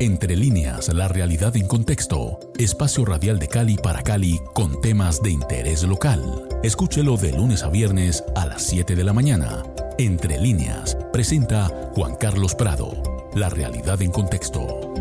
Entre líneas, la realidad en contexto. Espacio radial de Cali para Cali con temas de interés local. Escúchelo de lunes a viernes a las 7 de la mañana. Entre líneas, presenta Juan Carlos Prado. La realidad en contexto.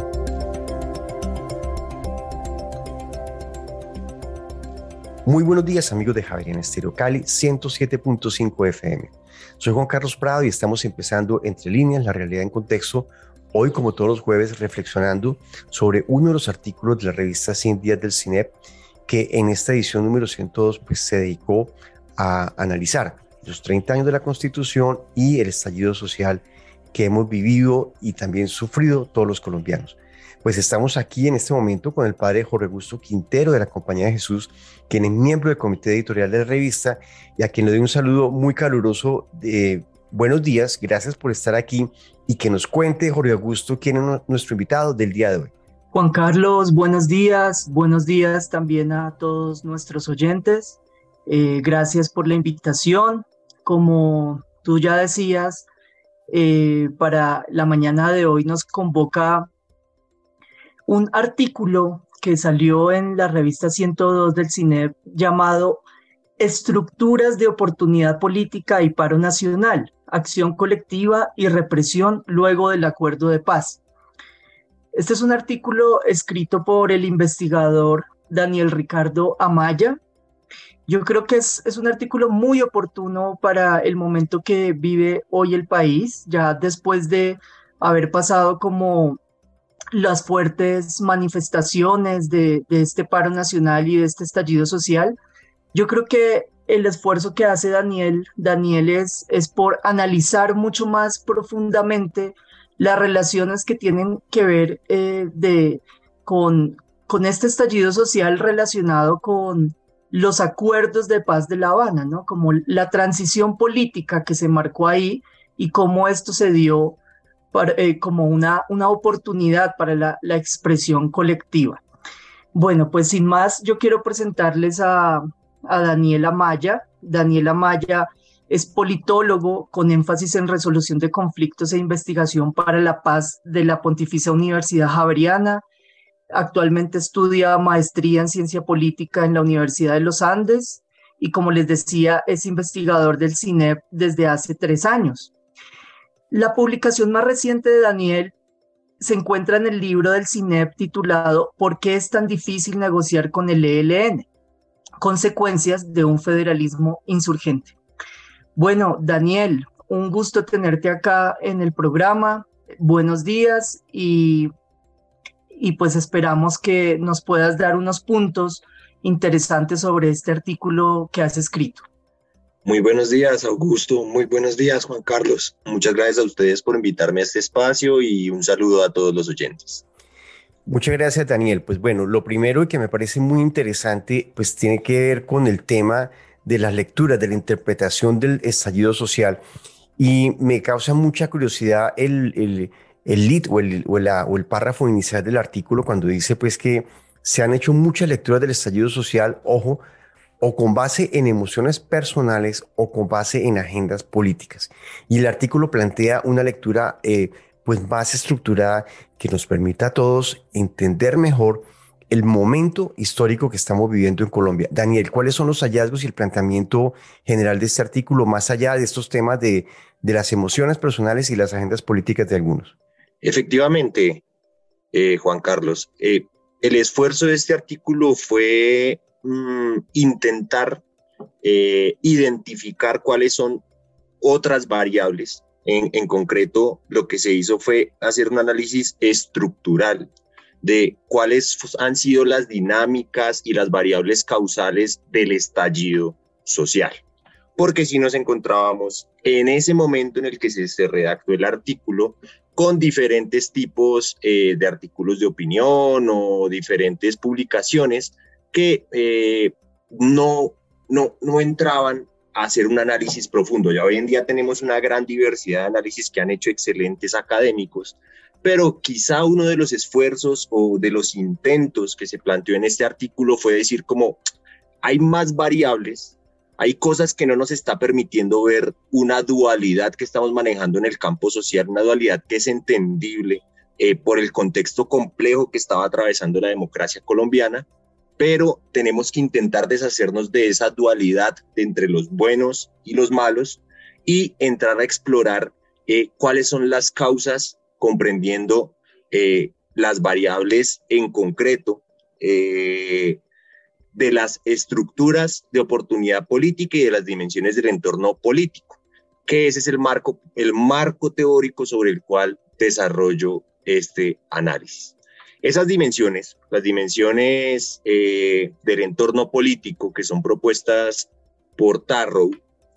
Muy buenos días, amigos de Javeriana Estéreo Cali 107.5 FM. Soy Juan Carlos Prado y estamos empezando Entre líneas, la realidad en contexto. Hoy, como todos los jueves, reflexionando sobre uno de los artículos de la revista 100 días del CINEP, que en esta edición número 102 se dedicó a analizar los 30 años de la Constitución y el estallido social que hemos vivido y también sufrido todos los colombianos. Pues estamos aquí en este momento con el padre Jorge Augusto Quintero de la Compañía de Jesús, quien es miembro del comité editorial de la revista y a quien le doy un saludo muy caluroso de buenos días, gracias por estar aquí y que nos cuente, Jorge Augusto, quién es nuestro invitado del día de hoy. Juan Carlos, buenos días también a todos nuestros oyentes. Gracias por la invitación. Como tú ya decías, para la mañana de hoy nos convoca un artículo que salió en la revista 102 del CINEP llamado Estructuras de oportunidad política y paro nacional, acción colectiva y represión luego del acuerdo de paz. Este es un artículo escrito por el investigador Daniel Ricardo Amaya. Yo creo que es un artículo muy oportuno para el momento que vive hoy el país, ya después de haber pasado como las fuertes manifestaciones de este paro nacional y de este estallido social. Yo creo que el esfuerzo que hace Daniel es por analizar mucho más profundamente las relaciones que tienen que ver con este estallido social relacionado con los acuerdos de paz de La Habana, ¿no? Como la transición política que se marcó ahí y cómo esto se dio como una oportunidad para la expresión colectiva. Bueno, pues sin más, yo quiero presentarles a Daniel Amaya. Daniel Amaya es politólogo con énfasis en resolución de conflictos e investigación para la paz de la Pontificia Universidad Javeriana. Actualmente estudia maestría en ciencia política en la Universidad de los Andes y, como les decía, es investigador del CINEP desde hace 3 años. La publicación más reciente de Daniel se encuentra en el libro del CINEP titulado ¿Por qué es tan difícil negociar con el ELN? Consecuencias de un federalismo insurgente. Bueno, Daniel, un gusto tenerte acá en el programa. Buenos días y pues esperamos que nos puedas dar unos puntos interesantes sobre este artículo que has escrito. Muy buenos días, Augusto. Muy buenos días, Juan Carlos. Muchas gracias a ustedes por invitarme a este espacio y un saludo a todos los oyentes. Muchas gracias, Daniel. Pues bueno, lo primero y que me parece muy interesante, pues tiene que ver con el tema de las lecturas, de la interpretación del estallido social. Y me causa mucha curiosidad el lead o el párrafo inicial del artículo cuando dice pues que se han hecho muchas lecturas del estallido social, ojo, o con base en emociones personales o con base en agendas políticas. Y el artículo plantea una lectura pues más estructurada que nos permita a todos entender mejor el momento histórico que estamos viviendo en Colombia. Daniel, ¿cuáles son los hallazgos y el planteamiento general de este artículo más allá de estos temas de las emociones personales y las agendas políticas de algunos? Efectivamente, Juan Carlos, el esfuerzo de este artículo fue intentar identificar cuáles son otras variables. En concreto, lo que se hizo fue hacer un análisis estructural de cuáles han sido las dinámicas y las variables causales del estallido social. Porque si nos encontrábamos en ese momento en el que se redactó el artículo con diferentes tipos de artículos de opinión o diferentes publicaciones que no entraban a hacer un análisis profundo. Ya hoy en día tenemos una gran diversidad de análisis que han hecho excelentes académicos, pero quizá uno de los esfuerzos o de los intentos que se planteó en este artículo fue decir como hay más variables, hay cosas que no nos está permitiendo ver una dualidad que estamos manejando en el campo social, una dualidad que es entendible por el contexto complejo que estaba atravesando la democracia colombiana, pero tenemos que intentar deshacernos de esa dualidad entre los buenos y los malos y entrar a explorar cuáles son las causas, comprendiendo las variables en concreto de las estructuras de oportunidad política y de las dimensiones del entorno político, que ese es el marco teórico sobre el cual desarrollo este análisis. Esas dimensiones, las dimensiones del entorno político que son propuestas por Tarrow,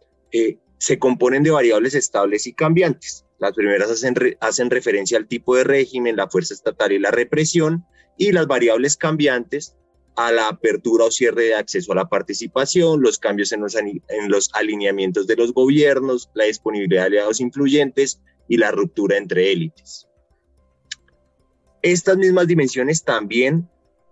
se componen de variables estables y cambiantes. Las primeras hacen referencia al tipo de régimen, la fuerza estatal y la represión, y las variables cambiantes a la apertura o cierre de acceso a la participación, los cambios en los alineamientos de los gobiernos, la disponibilidad de aliados influyentes y la ruptura entre élites. Estas mismas dimensiones también,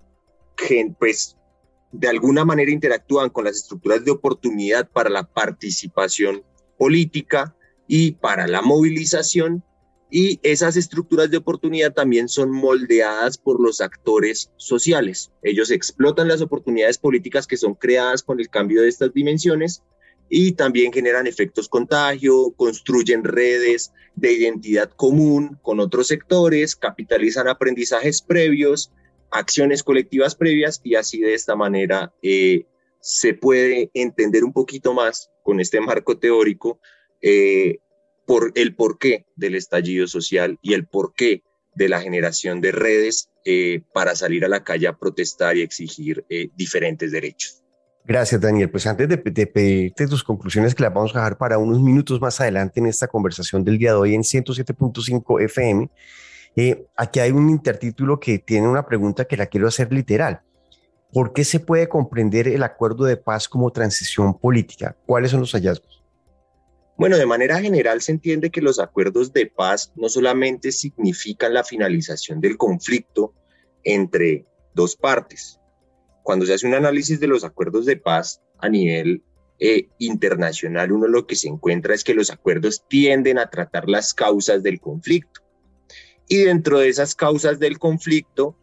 pues, de alguna manera interactúan con las estructuras de oportunidad para la participación política y para la movilización, y esas estructuras de oportunidad también son moldeadas por los actores sociales. Ellos explotan las oportunidades políticas que son creadas con el cambio de estas dimensiones y también generan efectos contagio, construyen redes de identidad común con otros sectores, capitalizan aprendizajes previos, acciones colectivas previas, y así de esta manera se puede entender un poquito más con este marco teórico por el porqué del estallido social y el porqué de la generación de redes para salir a la calle a protestar y exigir diferentes derechos. Gracias, Daniel. Pues antes de pedirte tus conclusiones, que las vamos a dejar para unos minutos más adelante en esta conversación del día de hoy en 107.5 FM, aquí hay un intertítulo que tiene una pregunta que la quiero hacer literal. ¿Por qué se puede comprender el acuerdo de paz como transición política? ¿Cuáles son los hallazgos? Bueno, de manera general se entiende que los acuerdos de paz no solamente significan la finalización del conflicto entre dos partes. Cuando se hace un análisis de los acuerdos de paz a nivel internacional, uno lo que se encuentra es que los acuerdos tienden a tratar las causas del conflicto. Y dentro de esas causas del conflicto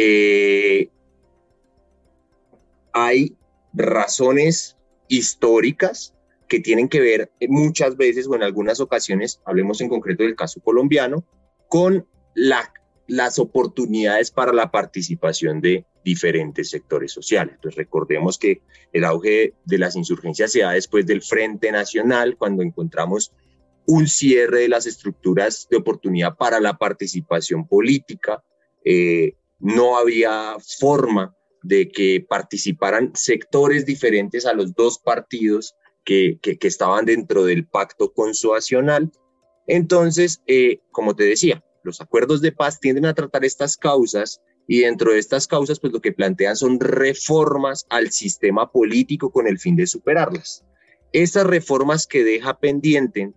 hay razones históricas que tienen que ver muchas veces o en algunas ocasiones, hablemos en concreto del caso colombiano, con las oportunidades para la participación de diferentes sectores sociales. Entonces recordemos que el auge de las insurgencias se da después del Frente Nacional, cuando encontramos un cierre de las estructuras de oportunidad para la participación política. No había forma de que participaran sectores diferentes a los dos partidos que estaban dentro del pacto consuacional. Entonces, como te decía, los acuerdos de paz tienden a tratar estas causas, y dentro de estas causas, pues lo que plantean son reformas al sistema político con el fin de superarlas. Estas reformas que deja pendientes,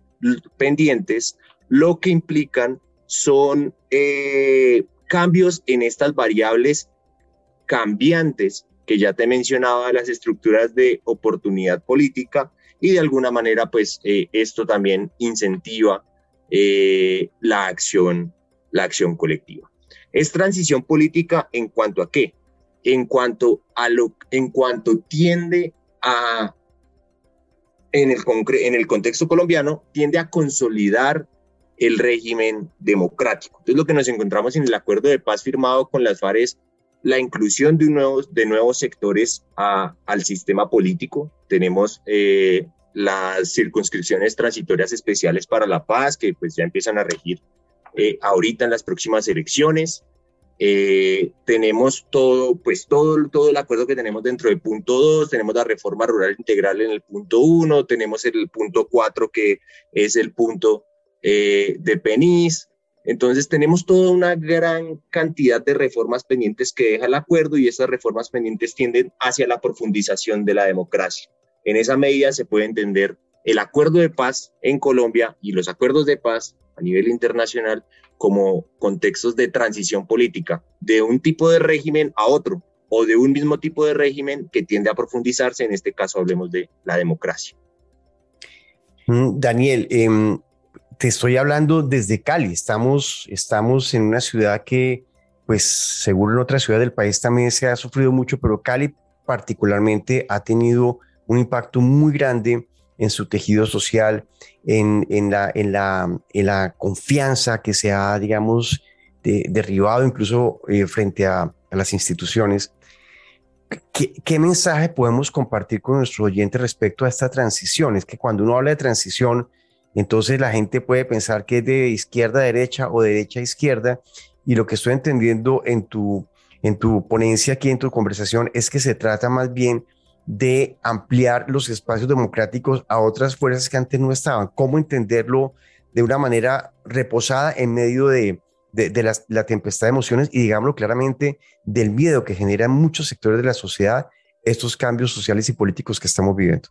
lo que implican son cambios en estas variables cambiantes que ya te mencionaba, las estructuras de oportunidad política, y de alguna manera pues esto también incentiva la acción colectiva. Es transición política ¿en cuanto a qué? En cuanto tiende a, en el contexto colombiano, tiende a consolidar el régimen democrático. Entonces lo que nos encontramos en el acuerdo de paz firmado con las FARC es la inclusión de nuevos sectores al sistema político. Tenemos las circunscripciones transitorias especiales para la paz, que pues ya empiezan a regir ahorita en las próximas elecciones. Tenemos todo el acuerdo que tenemos dentro del punto 2, tenemos la reforma rural integral en el punto 1, tenemos el punto 4 que es el punto de PENIS. Entonces tenemos toda una gran cantidad de reformas pendientes que deja el acuerdo, y esas reformas pendientes tienden hacia la profundización de la democracia. En esa medida se puede entender el acuerdo de paz en Colombia y los acuerdos de paz a nivel internacional como contextos de transición política de un tipo de régimen a otro, o de un mismo tipo de régimen que tiende a profundizarse. En este caso hablemos de la democracia. Daniel, te estoy hablando desde Cali. Estamos en una ciudad que, pues seguro en otras ciudades del país también se ha sufrido mucho, pero Cali particularmente ha tenido un impacto muy grande en su tejido social, en la confianza que se ha, digamos, derribado incluso frente a las instituciones. ¿Qué mensaje podemos compartir con nuestros oyentes respecto a esta transición? Es que cuando uno habla de transición, entonces la gente puede pensar que es de izquierda a derecha o de derecha a izquierda, y lo que estoy entendiendo en tu ponencia aquí, en tu conversación, es que se trata más bien de ampliar los espacios democráticos a otras fuerzas que antes no estaban. ¿Cómo entenderlo de una manera reposada en medio de la tempestad de emociones y, digámoslo claramente, del miedo que generan muchos sectores de la sociedad estos cambios sociales y políticos que estamos viviendo?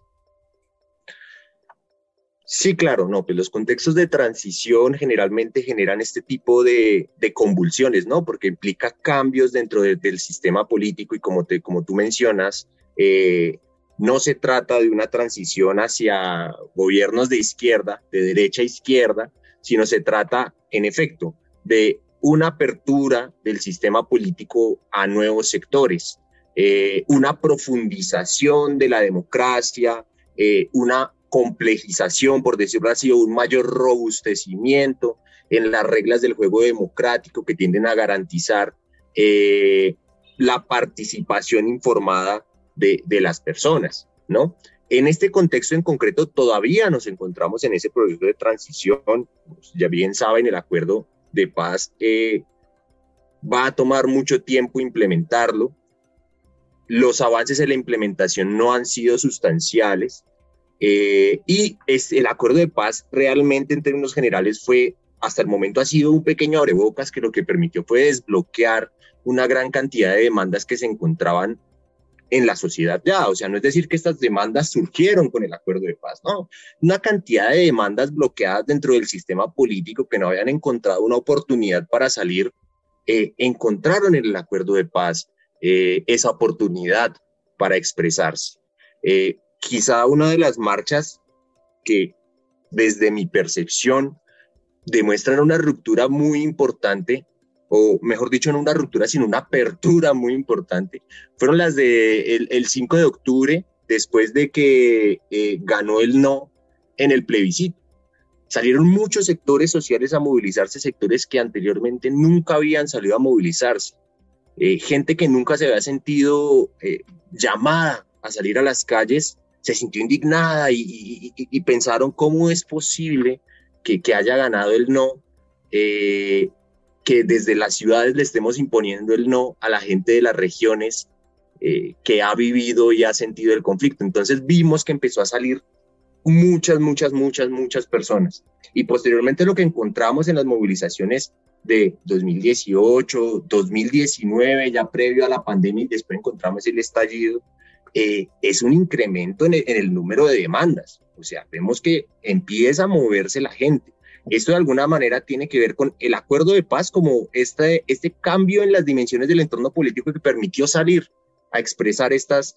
Sí, claro, no, pues los contextos de transición generalmente generan este tipo de convulsiones, ¿no? Porque implica cambios dentro del sistema político y como tú mencionas, no se trata de una transición hacia gobiernos de izquierda, de derecha a izquierda, sino se trata, en efecto, de una apertura del sistema político a nuevos sectores, una profundización de la democracia, una complejización, por decirlo así, o un mayor robustecimiento en las reglas del juego democrático que tienden a garantizar la participación informada de las personas, ¿no? En este contexto en concreto todavía nos encontramos en ese proceso de transición. Ya bien saben, el acuerdo de paz va a tomar mucho tiempo implementarlo. Los avances en la implementación no han sido sustanciales. Y el acuerdo de paz realmente en términos generales hasta el momento ha sido un pequeño abrebocas que lo que permitió fue desbloquear una gran cantidad de demandas que se encontraban en la sociedad ya. O sea, no es decir que estas demandas surgieron con el acuerdo de paz, no. Una cantidad de demandas bloqueadas dentro del sistema político que no habían encontrado una oportunidad para salir, encontraron en el acuerdo de paz esa oportunidad para expresarse. Quizá una de las marchas que desde mi percepción demuestran una ruptura muy importante, o mejor dicho, no una ruptura, sino una apertura muy importante, fueron las del 5 de octubre, después de que ganó el no en el plebiscito. Salieron muchos sectores sociales a movilizarse, sectores que anteriormente nunca habían salido a movilizarse, gente que nunca se había sentido llamada a salir a las calles, se sintió indignada y pensaron cómo es posible que haya ganado el no, que desde las ciudades le estemos imponiendo el no a la gente de las regiones que ha vivido y ha sentido el conflicto. Entonces vimos que empezó a salir muchas personas. Y posteriormente lo que encontramos en las movilizaciones de 2018, 2019, ya previo a la pandemia, y después encontramos el estallido, es un incremento en el número de demandas. O sea, vemos que empieza a moverse la gente. Esto de alguna manera tiene que ver con el acuerdo de paz como este cambio en las dimensiones del entorno político que permitió salir a expresar estos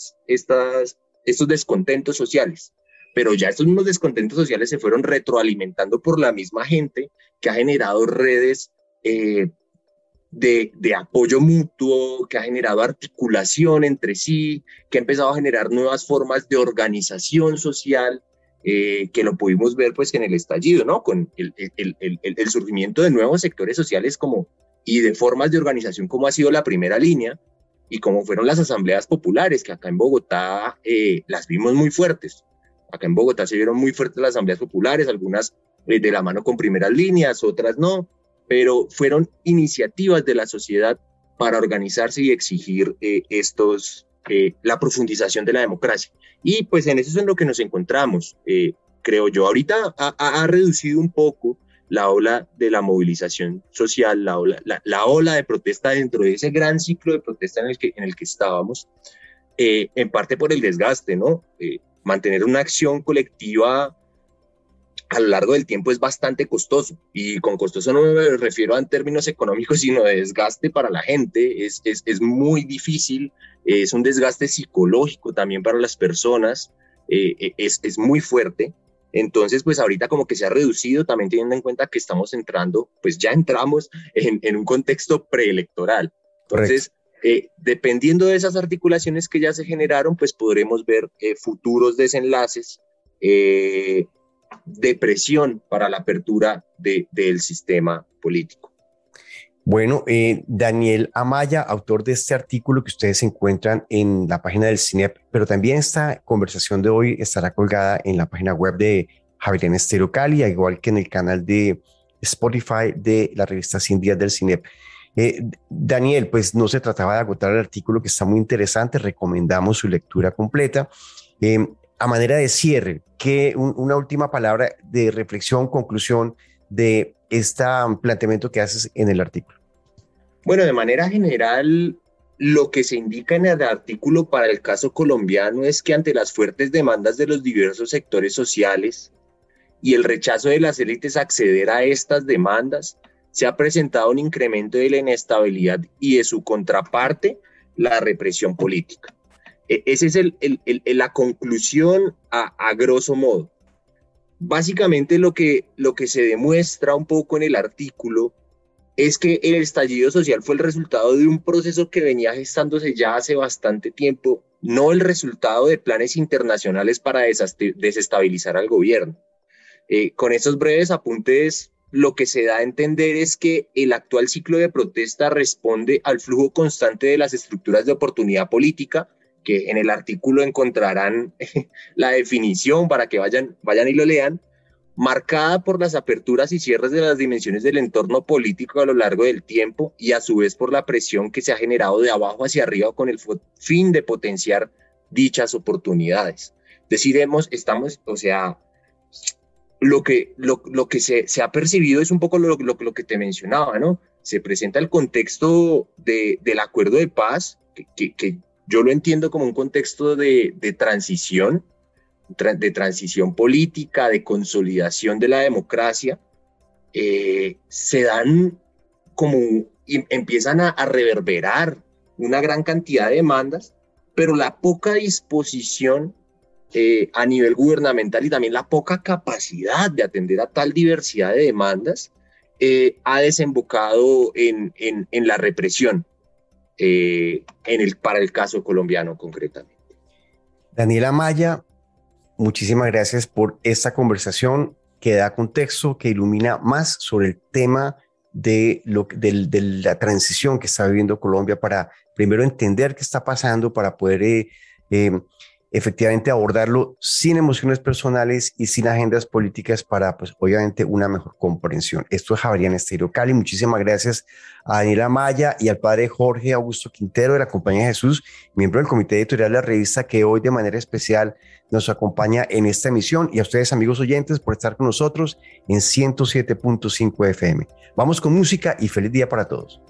descontentos sociales. Pero ya estos mismos descontentos sociales se fueron retroalimentando por la misma gente que ha generado redes de apoyo mutuo, que ha generado articulación entre sí, que ha empezado a generar nuevas formas de organización social, que lo pudimos ver pues en el estallido, ¿no? Con el surgimiento de nuevos sectores sociales y de formas de organización como ha sido la primera línea y como fueron las asambleas populares, que acá en Bogotá las vimos muy fuertes. Acá en Bogotá se vieron muy fuertes las asambleas populares, algunas de la mano con primeras líneas, otras no, pero fueron iniciativas de la sociedad para organizarse y exigir la profundización de la democracia. Y pues en eso es en lo que nos encontramos, creo yo. Ahorita ha reducido un poco la ola de la movilización social, la ola de protesta dentro de ese gran ciclo de protesta en el que estábamos, en parte por el desgaste, ¿no? Mantener una acción colectiva a lo largo del tiempo es bastante costoso, y con costoso no me refiero en términos económicos, sino de desgaste para la gente. Es muy difícil, es un desgaste psicológico también para las personas, es muy fuerte, Entonces, pues ahorita como que se ha reducido, también teniendo en cuenta que estamos entrando, pues ya entramos en un contexto preelectoral. Entonces, dependiendo de esas articulaciones que ya se generaron, pues podremos ver futuros desenlaces de presión para la apertura del sistema político. Bueno, Daniel Amaya, autor de este artículo que ustedes encuentran en la página del CINEP, pero también esta conversación de hoy estará colgada en la página web de Javeriana Estéreo Cali, igual que en el canal de Spotify de la revista 100 Días del CINEP. Daniel, pues no se trataba de agotar el artículo, que está muy interesante, recomendamos su lectura completa. A manera de cierre, una última palabra de reflexión, conclusión de este planteamiento que haces en el artículo. Bueno, de manera general, lo que se indica en el artículo para el caso colombiano es que ante las fuertes demandas de los diversos sectores sociales y el rechazo de las élites a acceder a estas demandas, se ha presentado un incremento de la inestabilidad y de su contraparte, la represión política. Esa es la conclusión a grosso modo. Básicamente lo que se demuestra un poco en el artículo es que el estallido social fue el resultado de un proceso que venía gestándose ya hace bastante tiempo, no el resultado de planes internacionales para desestabilizar al gobierno. Con estos breves apuntes, lo que se da a entender es que el actual ciclo de protesta responde al flujo constante de las estructuras de oportunidad política, que en el artículo encontrarán la definición para que vayan y lo lean, marcada por las aperturas y cierres de las dimensiones del entorno político a lo largo del tiempo y a su vez por la presión que se ha generado de abajo hacia arriba con el fin de potenciar dichas oportunidades. Lo que se ha percibido es un poco lo que te mencionaba, ¿no? Se presenta el contexto del acuerdo de paz, que yo lo entiendo como un contexto de transición política, de consolidación de la democracia. Se dan empiezan a reverberar una gran cantidad de demandas, pero la poca disposición a nivel gubernamental y también la poca capacidad de atender a tal diversidad de demandas ha desembocado en la represión para el caso colombiano concretamente. Daniel Amaya, muchísimas gracias por esta conversación que da contexto, que ilumina más sobre el tema de la transición que está viviendo Colombia, para primero entender qué está pasando, para poder efectivamente abordarlo sin emociones personales y sin agendas políticas, para, pues, obviamente, una mejor comprensión. Esto es Javeriana Estéreo Cali. Muchísimas gracias a Daniel Amaya y al padre Jorge Augusto Quintero de la Compañía de Jesús, miembro del comité editorial de la revista, que hoy de manera especial nos acompaña en esta emisión, y a ustedes, amigos oyentes, por estar con nosotros en 107.5 FM. Vamos con música y feliz día para todos.